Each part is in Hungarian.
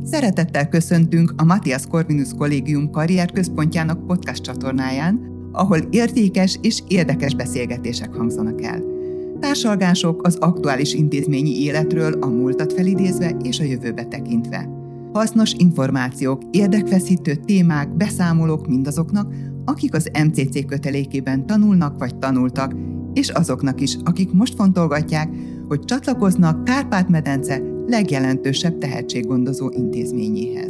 Szeretettel köszöntünk a Matthias Corvinus Kollégium karrierközpontjának podcast csatornáján, ahol értékes és érdekes beszélgetések hangzanak el. Társalgások az aktuális intézményi életről a múltat felidézve és a jövőbe tekintve. Hasznos információk, érdekfeszítő témák, beszámolók mindazoknak, akik az MCC kötelékében tanulnak vagy tanultak, és azoknak is, akik most fontolgatják, hogy csatlakoznak Kárpát-medence legjelentősebb tehetséggondozó intézményéhez.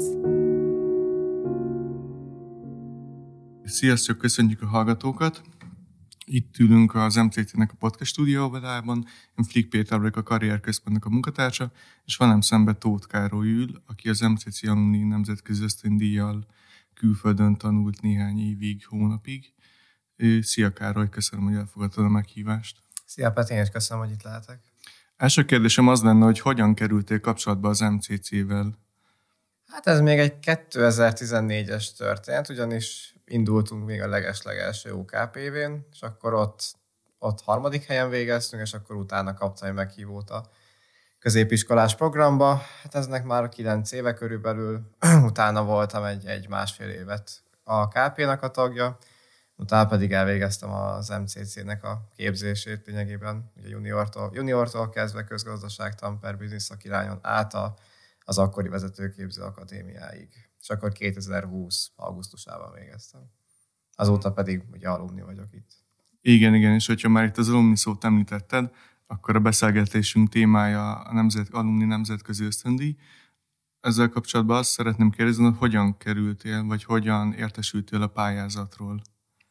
Sziasztok, köszönjük a hallgatókat! Itt ülünk az MCC-nek a podcast stúdióban. Én Flick Péter vagyok, a karrierközpontnak a munkatársa, és velem szembe Tóth Károly ül, aki az MCC Alumni nemzetközi ösztöndíjjal külföldön tanult néhány évig, hónapig. Szia Károly, köszönöm, hogy elfogadtad a meghívást. Szia Peti, én is köszönöm, hogy itt lehetek. Első kérdésem az lenne, hogy hogyan kerültél kapcsolatba az MCC-vel? Hát ez még egy 2014-es történet, ugyanis indultunk még a leges-legelső OKPV-n, és akkor ott harmadik helyen végeztünk, és akkor utána kaptam egy meghívót a középiskolás programba. Hát eznek már 9 éve körülbelül, utána voltam egy másfél évet a KP-nak a tagja, utána pedig elvégeztem az MCC-nek a képzését lényegében, ugye juniortól kezdve közgazdaságtan per business szakirányon át az akkori vezetőképző akadémiáig. És akkor 2020 augusztusában végeztem. Azóta pedig ugye alumni vagyok itt. Igen, és hogyha már itt az alumni szót említetted, akkor a beszélgetésünk témája a alumni nemzetközi ösztöndíj. Ezzel kapcsolatban azt szeretném kérdezni, hogy hogyan kerültél, vagy hogyan értesültél a pályázatról?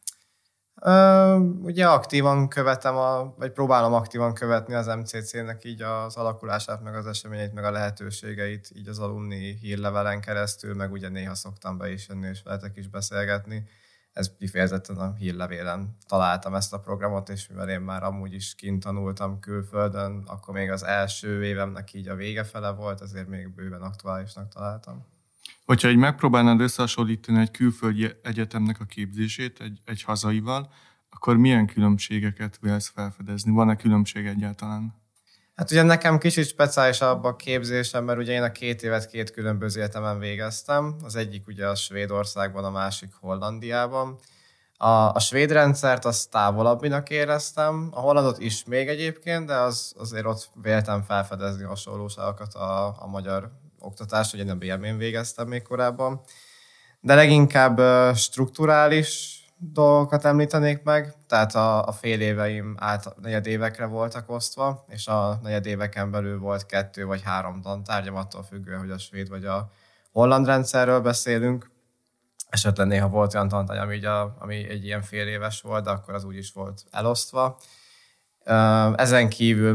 Ugye aktívan követem, vagy próbálom aktívan követni az MCC-nek így az alakulását, meg az eseményeit, meg a lehetőségeit így az alumni hírlevelen keresztül, meg ugye néha szoktam be is jönni, és veletek is beszélgetni. Ez kifejezetten a hírlevélen találtam ezt a programot, és mivel én már amúgy is kint tanultam külföldön, akkor még az első évemnek így a vége fele volt, ezért még bőven aktuálisnak találtam. Hogyha így megpróbálnád összehasonlítani egy külföldi egyetemnek a képzését egy hazaival, akkor milyen különbségeket vélsz felfedezni? Van-e különbség egyáltalán? Hát ugye nekem kicsit speciálisabb a képzésem, mert ugye én a 2 évet 2 különböző egyetemen végeztem. Az egyik ugye a Svédországban, a másik Hollandiában. A svéd rendszert azt távolabbinak éreztem, a hollandot is még egyébként, de azért ott véltem felfedezni hasonlóságokat a magyar oktatást, ugye én a BM-én végeztem még korábban. De leginkább strukturális dolgokat említenék meg, tehát a fél éveim negyedévekre voltak osztva, és a negyedéveken belül volt 2 vagy 3 tantárgyam, attól függően, hogy a svéd vagy a holland rendszerről beszélünk. Esetleg néha volt olyan tantárgy, ami egy ilyen fél éves volt, de akkor az úgy is volt elosztva. Ezen kívül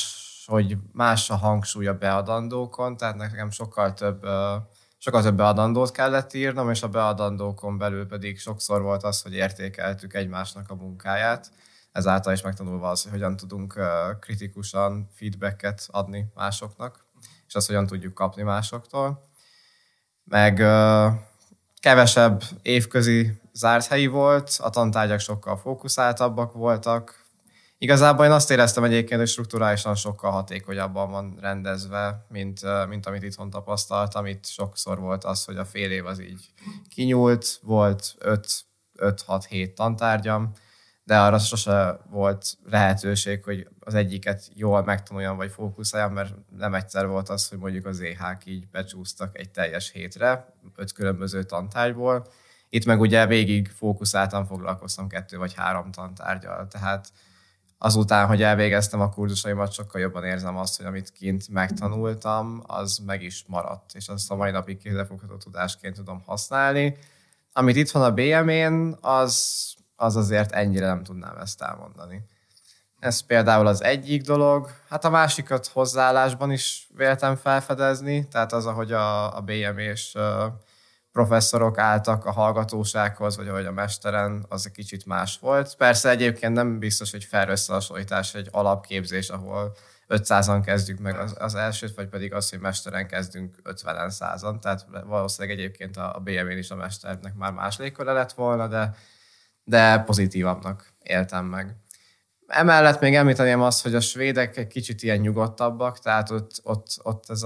más a hangsúly a beadandókon, tehát nekem sokkal több beadandót kellett írnom, és a beadandókon belül pedig sokszor volt az, hogy értékeltük egymásnak a munkáját. Ezáltal is megtanulva az, hogy hogyan tudunk kritikusan feedbacket adni másoknak, és azt hogyan tudjuk kapni másoktól. Meg kevesebb évközi zárt helyi volt, a tantárgyak sokkal fókuszáltabbak voltak. Igazából én azt éreztem egyébként, hogy strukturálisan sokkal hatékonyabban van rendezve, mint amit itthon tapasztaltam. Itt sokszor volt az, hogy a fél év az így kinyúlt, volt 5-6-7 tantárgyam, de arra sose volt lehetőség, hogy az egyiket jól megtanuljam vagy fókuszáljam, mert nem egyszer volt az, hogy mondjuk az EH-k így becsúsztak egy teljes hétre, 5 különböző tantárgyból. Itt meg ugye végig fókuszáltan foglalkoztam 2 vagy 3 tantárgyal, tehát azután, hogy elvégeztem a kurzusaimat, sokkal jobban érzem azt, hogy amit kint megtanultam, az meg is maradt, és azt a mai napig kézzelfogható tudásként tudom használni. Amit itt van a BM-én, az azért ennyire nem tudnám ezt elmondani. Ez például az egyik dolog. Hát a másikat hozzáállásban is véltem felfedezni, tehát az, ahogy a BM és professzorok álltak a hallgatósághoz, vagy ahogy a mesteren, az egy kicsit más volt. Persze egyébként nem biztos, hogy fair összehasonlítás egy alapképzés, ahol 500-an kezdjük meg az elsőt, vagy pedig az, hogy mesteren kezdünk 50-en 100-an. Tehát valószínűleg egyébként a BM-én is a mesternek már más légköre lett volna, de pozitívabbnak éltem meg. Emellett még említeném azt, hogy a svédek egy kicsit ilyen nyugodtabbak, tehát ott ez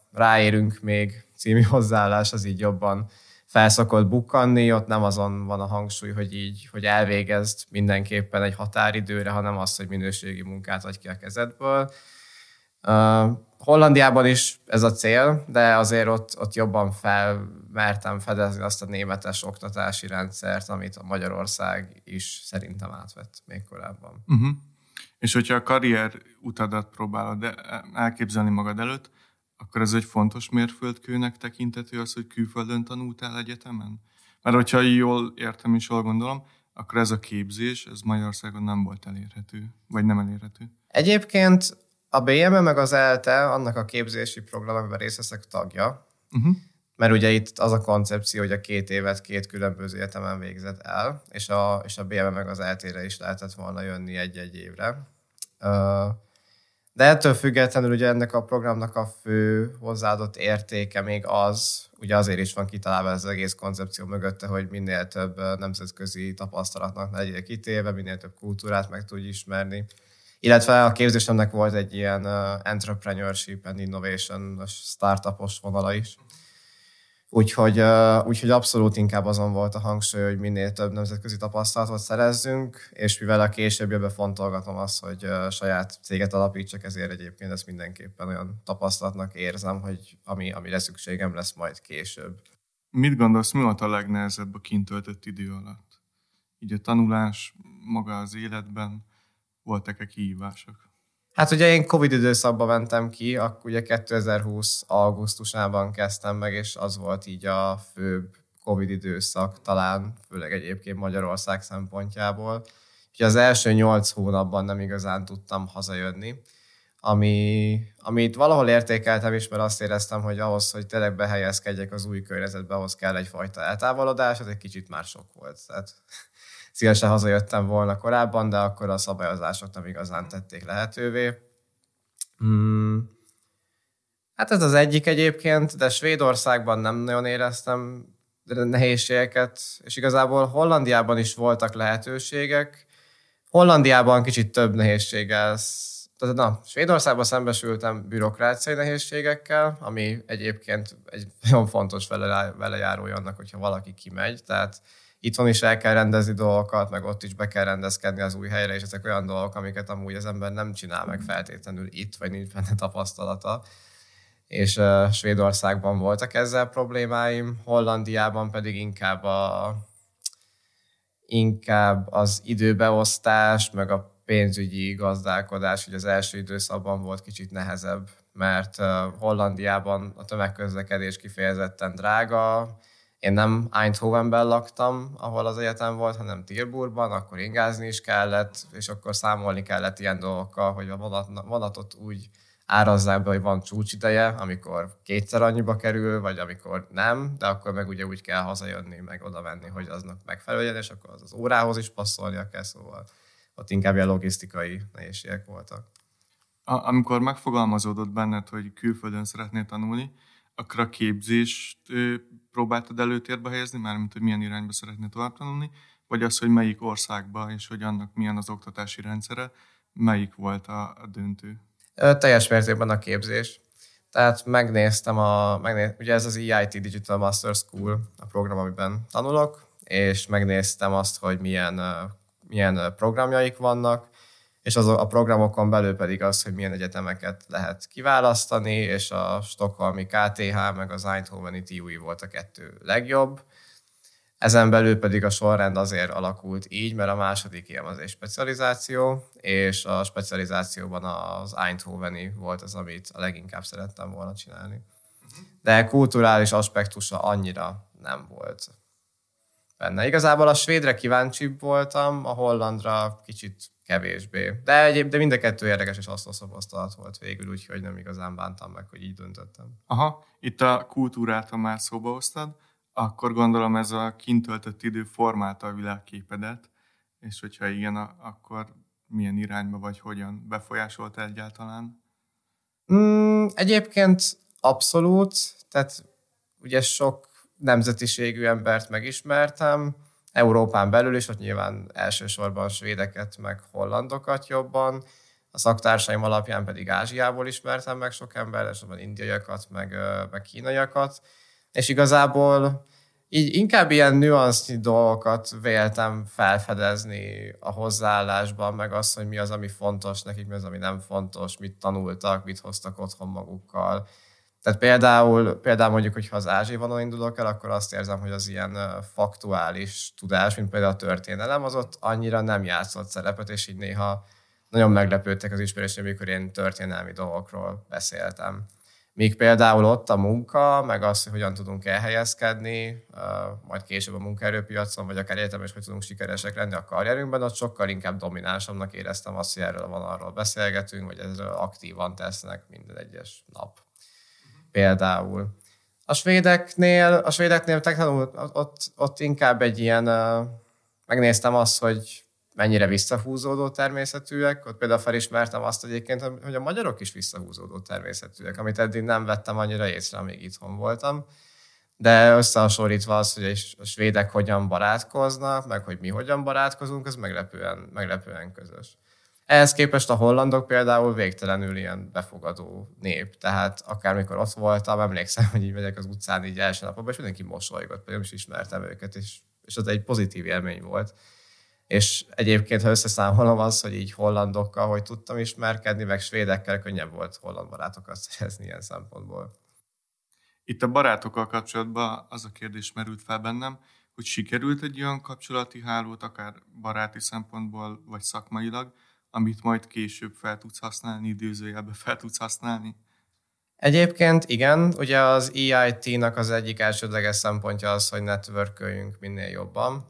Ráérünk még című hozzáállás az így jobban felszokott bukkanni, ott nem azon van a hangsúly, hogy elvégezd mindenképpen egy határidőre, hanem az, hogy minőségi munkát adj ki a kezedből. Hollandiában is ez a cél, de azért ott jobban felmertem fedezni azt a németes oktatási rendszert, amit a Magyarország is szerintem átvett még korábban. Uh-huh. És hogyha a karrier utadat próbálod elképzelni magad előtt, akkor ez egy fontos mérföldkőnek tekintető az, hogy külföldön tanultál egyetemen? Mert hogyha jól értem és jól gondolom, akkor ez a képzés, ez Magyarországon nem volt elérhető, vagy nem elérhető. Egyébként a BME meg az ELTE annak a képzési program, amiben részt veszek, tagja, mert ugye itt az a koncepció, hogy a 2 évet 2 különböző egyetemen végzett el, és a BME meg az ELTE-re is lehetett volna jönni egy-egy évre. De ettől függetlenül ugye ennek a programnak a fő hozzáadott értéke még az, ugye azért is van kitalálva ez az egész koncepció mögötte, hogy minél több nemzetközi tapasztalatnak legyél kitéve, minél több kultúrát meg tudj ismerni. Illetve a képzésemnek volt egy ilyen entrepreneurship and innovation startupos vonala is. Úgyhogy abszolút inkább azon volt a hangsúly, hogy minél több nemzetközi tapasztalatot szerezzünk, és mivel a későbbiekben fontolgatom azt, hogy saját céget alapítsak, ezért egyébként ezt mindenképpen olyan tapasztalatnak érzem, hogy amire szükségem lesz majd később. Mit gondolsz, mi volt a legnehezebb a kint töltött idő alatt? Így a tanulás, maga az életben, voltak-e kihívások? Hát ugye én Covid időszakban mentem ki, akkor ugye 2020 augusztusában kezdtem meg, és az volt így a főbb Covid időszak talán, főleg egyébként Magyarország szempontjából. Ugye az első 8 hónapban nem igazán tudtam hazajönni, amit valahol értékeltem is, mert azt éreztem, hogy ahhoz, hogy tényleg behelyezkedjek az új környezetbe, ahhoz kell egyfajta eltávolodás, ez egy kicsit már sok volt. Tehát szívesen hazajöttem volna korábban, de akkor a szabályozások nem igazán tették lehetővé. Hát ez az egyik egyébként, de Svédországban nem nagyon éreztem nehézségeket, és igazából Hollandiában is voltak lehetőségek. Hollandiában kicsit több nehézséggel, tehát Svédországban szembesültem bürokráciai nehézségekkel, ami egyébként egy nagyon fontos velejárója annak, hogyha valaki kimegy, tehát itthon is el kell rendezni dolgokat, meg ott is be kell rendezkedni az új helyre, és ezek olyan dolgok, amiket amúgy az ember nem csinál meg feltétlenül itt, vagy nincs benne tapasztalata. És Svédországban voltak ezzel problémáim, Hollandiában pedig inkább az időbeosztás, meg a pénzügyi gazdálkodás, hogy az első időszakban volt kicsit nehezebb, mert Hollandiában a tömegközlekedés kifejezetten drága. Én nem Eindhovenben laktam, ahol az egyetem volt, hanem Tilburgban, akkor ingázni is kellett, és akkor számolni kellett ilyen dolgokkal, hogy a vonatot úgy árazzák be, hogy van csúcsideje, amikor 2-szer annyiba kerül, vagy amikor nem, de akkor meg ugye úgy kell hazajönni, meg oda menni, hogy aznak megfeleljen, és akkor az órához is passzolnia kell, szóval ott inkább ilyen logisztikai nehézségek voltak. Amikor megfogalmazódott benned, hogy külföldön szeretnél tanulni, akkor a képzést próbáltad előtérbe helyezni, mármint, hogy milyen irányba szeretnél tovább tanulni, vagy az, hogy melyik országba, és hogy annak milyen az oktatási rendszere, melyik volt a döntő? Teljes mértékben a képzés. Tehát megnéztem, ugye ez az EIT Digital Master School, a program, amiben tanulok, és megnéztem azt, hogy milyen programjaik vannak, és a programokon belül pedig az, hogy milyen egyetemeket lehet kiválasztani, és a stockholmi KTH meg az Eindhoveni TUI volt a 2 legjobb. Ezen belül pedig a sorrend azért alakult így, mert a második ilyen az egy specializáció, és a specializációban az Eindhoveni volt az, amit a leginkább szerettem volna csinálni. De kulturális aspektusa annyira nem volt benne. Igazából a svédre kíváncsibb voltam, a hollandra kicsit kevésbé. De mind a 2 érdekes és asztalszapasztalat volt végül, úgyhogy nem igazán bántam meg, hogy így döntöttem. Aha, itt a kultúrát, ha már szóba hoztad, akkor gondolom ez a kint töltött idő formálta a világképedet, és hogyha igen, akkor milyen irányba vagy hogyan befolyásolta egyáltalán? Egyébként abszolút, tehát ugye sok nemzetiségű embert megismertem, Európán belül is, ott nyilván elsősorban svédeket, meg hollandokat jobban, a szaktársaim alapján pedig Ázsiából ismertem meg sok ember, elsősorban indiaiakat, meg kínaiakat, és igazából így inkább ilyen nüansznyi dolgokat véltem felfedezni a hozzáállásban, meg azt, hogy mi az, ami fontos nekik, mi az, ami nem fontos, mit tanultak, mit hoztak otthon magukkal. Tehát például mondjuk, hogyha az ázsiai indulok el, akkor azt érzem, hogy az ilyen faktuális tudás, mint például a történelem, az ott annyira nem játszott szerepet, és így néha nagyon meglepődtek az ismerőseim, amikor én történelmi dolgokról beszéltem. Míg például ott a munka, meg az, hogy hogyan tudunk elhelyezkedni, majd később a munkaerőpiacon, vagy akár egyetemen is, hogy tudunk sikeresek lenni a karrierünkben, ott sokkal inkább dominánsabbnak éreztem azt, hogy erről van, arról beszélgetünk, vagy ezzel aktívan tesznek minden egyes nap. Például. A svédeknél ott inkább egy ilyen, megnéztem azt, hogy mennyire visszahúzódó természetűek. Ott például felismertem azt egyébként, hogy a magyarok is visszahúzódó természetűek, amit eddig nem vettem annyira észre, amíg itthon voltam. De összehasonlítva az, hogy a svédek hogyan barátkoznak, meg hogy mi hogyan barátkozunk, ez meglepően közös. Ehhez képest a hollandok például végtelenül ilyen befogadó nép. Tehát akármikor ott voltam, emlékszem, hogy így megyek az utcán így első napokban, és mindenki mosolygott, pedig is ismertem őket, és az egy pozitív élmény volt. És egyébként, ha összeszámolom az, hogy így hollandokkal, hogy tudtam ismerkedni, meg svédekkel könnyebb volt holland barátokat szerezni ilyen szempontból. Itt a barátokkal kapcsolatban az a kérdés merült fel bennem, hogy sikerült egy olyan kapcsolati hálót, akár baráti szempontból, vagy szakmailag, amit majd később fel tudsz használni, idézőjelben fel tudsz használni? Egyébként igen, ugye az EIT-nak az egyik elsődleges szempontja az, hogy networköljünk minél jobban,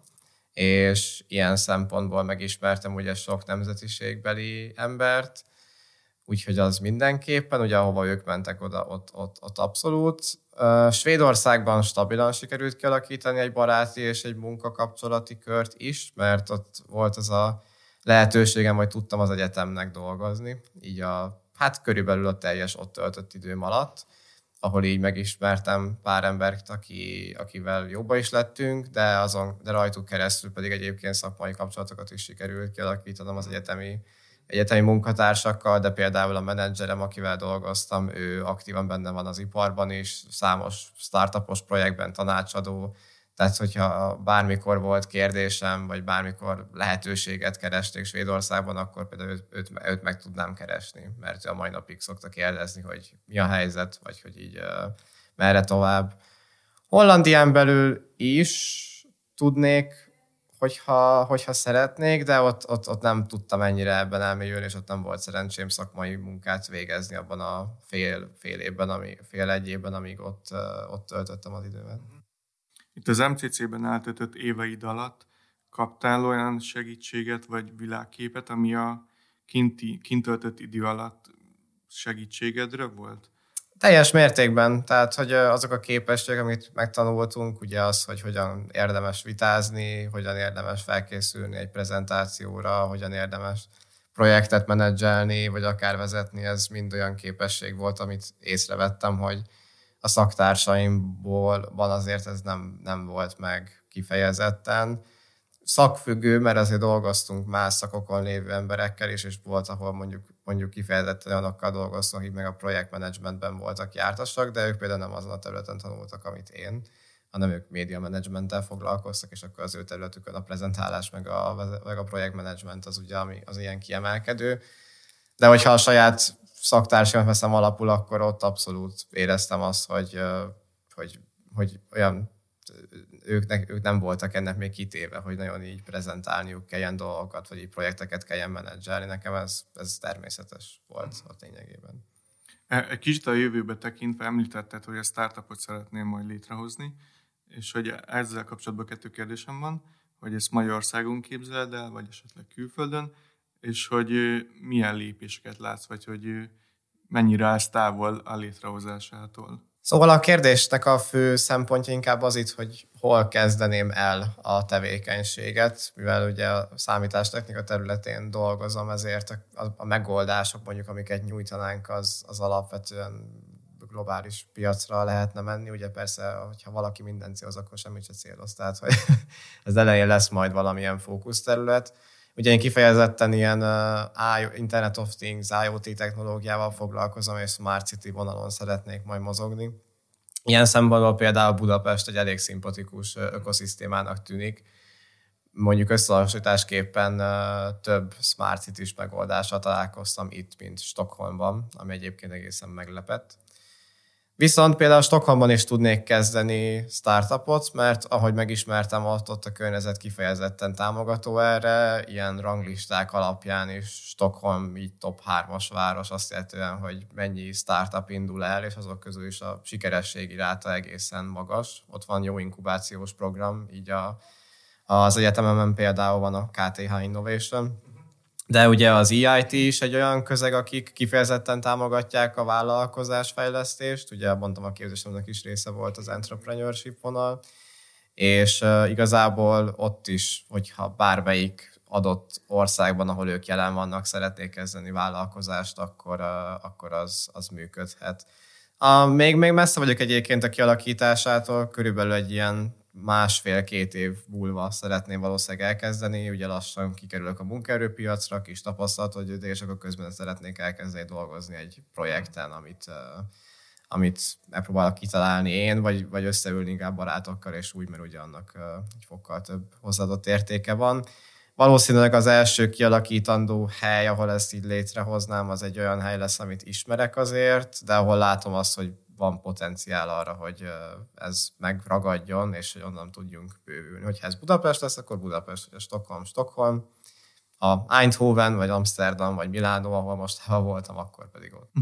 és ilyen szempontból megismertem ugye sok nemzetiségbeli embert, úgyhogy az mindenképpen, ugye ahova ők mentek oda, ott abszolút. Svédországban stabilan sikerült kialakítani egy baráti és egy munkakapcsolati kört is, mert ott volt az a lehetőségem, hogy tudtam az egyetemnek dolgozni, így körülbelül a teljes ott töltött időm alatt, ahol így megismertem pár embert, akivel jobban is lettünk, de rajtuk keresztül pedig egyébként szakmai kapcsolatokat is sikerült kialakítanom az egyetemi munkatársakkal, de például a menedzserem, akivel dolgoztam, ő aktívan benne van az iparban is, számos startupos projektben tanácsadó, tehát hogyha bármikor volt kérdésem, vagy bármikor lehetőséget keresték Svédországban, akkor például őt meg tudnám keresni, mert a mai napig szokta kérdezni, hogy mi a helyzet, vagy hogy így merre tovább. Hollandián belül is tudnék, hogyha szeretnék, de ott nem tudtam ennyire ebben elmélyülni, és ott nem volt szerencsém szakmai munkát végezni abban a fél egy évben, amíg ott töltöttem az időmet. Itt az MCC-ben eltöltött éveid alatt kaptál olyan segítséget vagy világképet, ami a kint töltött idő alatt segítségedre volt? Teljes mértékben, tehát hogy azok a képességek, amit megtanultunk, ugye az, hogy hogyan érdemes vitázni, hogyan érdemes felkészülni egy prezentációra, hogyan érdemes projektet menedzselni, vagy akár vezetni, ez mind olyan képesség volt, amit észrevettem, hogy a szaktársaimból azért ez nem volt meg kifejezetten. Szakfüggő, mert azért dolgoztunk más szakokon lévő emberekkel is, és volt, ahol mondjuk kifejezetten olyanokkal dolgoztunk, akik meg a projektmenedzsmentben voltak jártasak, de ők például nem azon a területen tanultak, amit én, hanem ők média menedzsmenttel foglalkoztak, és akkor az ő területükön a prezentálás, meg a projektmenedzsment az ugye az ilyen kiemelkedő. De hogyha a saját szaktársamat veszem alapul, akkor ott abszolút éreztem azt, hogy olyan ők nem voltak ennek még kitéve, hogy nagyon így prezentálniuk kelljen dolgokat, vagy így projekteket kelljen menedzselni. Nekem ez természetes volt a lényegében. Egy kicsit a jövőbe tekintve említetted, hogy a startupot szeretném majd létrehozni, és hogy ezzel kapcsolatban 2 kérdésem van, hogy ezt Magyarországon képzeled el, vagy esetleg külföldön, és hogy milyen lépéseket látsz, vagy hogy mennyire állsz távol a létrehozásától. Szóval a kérdésnek a fő szempontja inkább az itt, hogy hol kezdeném el a tevékenységet, mivel ugye a számítástechnika területén dolgozom, ezért a megoldások, mondjuk amiket nyújtanánk, az alapvetően globális piacra lehetne menni. Ugye persze, hogyha valaki minden céloz, akkor semmit se céloz. Tehát, hogy az elején lesz majd valamilyen fókuszterület. Ugye én kifejezetten ilyen Internet of Things, IoT technológiával foglalkozom, és Smart City vonalon szeretnék majd mozogni. Ilyen szempontból például Budapest egy elég szimpatikus ökoszisztémának tűnik. Mondjuk összehasonlításképpen több Smart City-s megoldással találkoztam itt, mint Stockholmban, ami egyébként egészen meglepett. Viszont például Stockholmban is tudnék kezdeni startupot, mert ahogy megismertem, ott a környezet kifejezetten támogató erre, ilyen ranglisták alapján is Stockholm így top 3-as város, azt jelentően, hogy mennyi startup indul el, és azok közül is a sikerességi ráta egészen magas. Ott van jó inkubációs program, így az egyetememen például van a KTH Innovation, de ugye az EIT is egy olyan közeg, akik kifejezetten támogatják a vállalkozásfejlesztést, ugye mondtam, a képzésemnek is része volt az entrepreneurship vonal, és igazából ott is, hogyha bármelyik adott országban, ahol ők jelen vannak, szeretnék kezdeni vállalkozást, akkor az működhet. Még messze vagyok egyébként a kialakításától, körülbelül egy ilyen 1,5-2 év múlva szeretném valószínűleg elkezdeni, ugye lassan kikerülök a munkaerőpiacra, kis tapasztalatot gyűjtök, és akkor közben szeretnék elkezdeni dolgozni egy projekten, amit megpróbálok kitalálni én, vagy összeülni inkább barátokkal, és úgy, mert ugye annak egy fokkal több hozzáadott értéke van. Valószínűleg az első kialakítandó hely, ahol ezt így létrehoznám, az egy olyan hely lesz, amit ismerek azért, de ahol látom azt, hogy van potenciál arra, hogy ez megragadjon, és hogy onnan tudjunk bővülni. Hogyha ez Budapest lesz, akkor Budapest, vagy Stockholm, a Eindhoven, vagy Amsterdam, vagy Milánó, ahol most voltam, akkor pedig ott.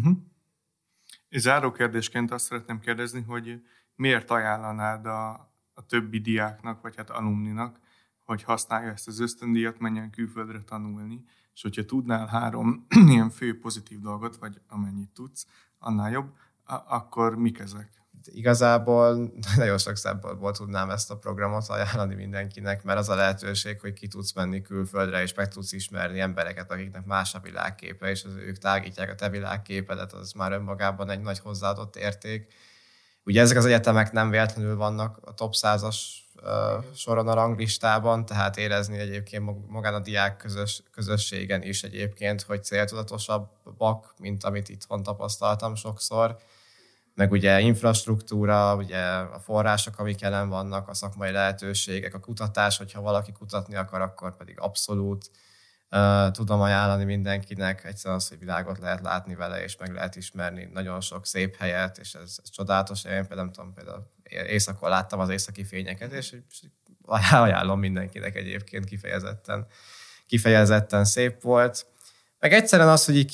És záró kérdésként azt szeretném kérdezni, hogy miért ajánlanád a többi diáknak, vagy hát alumninak, hogy használja ezt az ösztöndíjat, menjen külföldre tanulni, és hogyha tudnál 3 ilyen fő pozitív dolgot, vagy amennyit tudsz, annál jobb, akkor mik ezek? Igazából nagyon sok szempontból tudnám ezt a programot ajánlani mindenkinek, mert az a lehetőség, hogy ki tudsz menni külföldre, és meg tudsz ismerni embereket, akiknek más a világképe, és ők tágítják a te világképedet, az már önmagában egy nagy hozzáadott érték. Ugye ezek az egyetemek nem véletlenül vannak a top 100-as soron a ranglistában, tehát érezni egyébként magán a diák közösségen is egyébként, hogy céltudatosabbak, mint amit itthon tapasztaltam sokszor. Meg ugye infrastruktúra, ugye a források, amik jelen vannak, a szakmai lehetőségek, a kutatás, hogyha valaki kutatni akar, akkor pedig abszolút tudom ajánlani mindenkinek. Egyszerűen az, hogy világot lehet látni vele, és meg lehet ismerni nagyon sok szép helyet, és ez csodálatos. Én például éjszakon láttam az északi fényeket, és ajánlom mindenkinek egyébként kifejezetten szép volt. Meg egyszerűen az, hogy így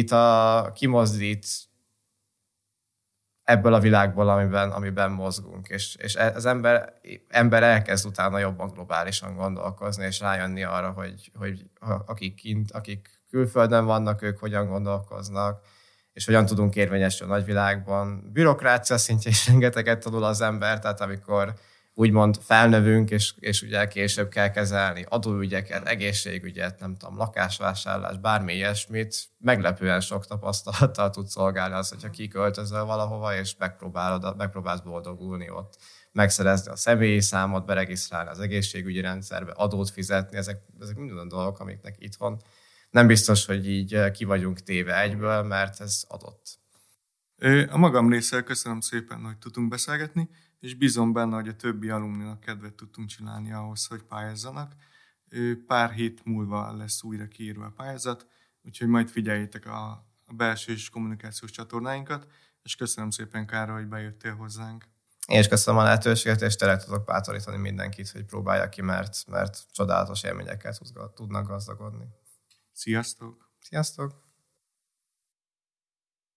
kimozdít ebből a világból, amiben mozgunk, és az ember elkezd utána jobban globálisan gondolkozni, és rájönni arra, hogy akik külföldön vannak, ők hogyan gondolkoznak, és hogyan tudunk érvényesülni a nagyvilágban. Bürokrácia szintjén is rengeteget tanul az ember, tehát amikor úgymond felnövünk, és ugye később kell kezelni adóügyeket, egészségügyet, nem tudom, lakásvásárlás, bármi ilyesmit, meglepően sok tapasztalattal tud szolgálni az, hogyha kiköltözöl valahova, és megpróbálsz boldogulni ott, megszerezni a személyi számot, beregisztrálni az egészségügyi rendszerbe, adót fizetni, ezek mind olyan dolgok, amiknek itthon nem biztos, hogy így ki vagyunk téve egyből, mert ez adott. A magam részéről köszönöm szépen, hogy tudtunk beszélgetni, és bízom benne, hogy a többi alumninak kedvet tudtunk csinálni ahhoz, hogy pályázzanak. Pár hét múlva lesz újra kiírva a pályázat, úgyhogy majd figyeljétek a belső és kommunikációs csatornáinkat, és köszönöm szépen, Károly, hogy bejöttél hozzánk. Én is köszönöm a lehetőséget, és tényleg tudok bátorítani mindenkit, hogy próbálja ki, mert csodálatos élményekkel tudnak gazdagodni. Sziasztok! Sziasztok!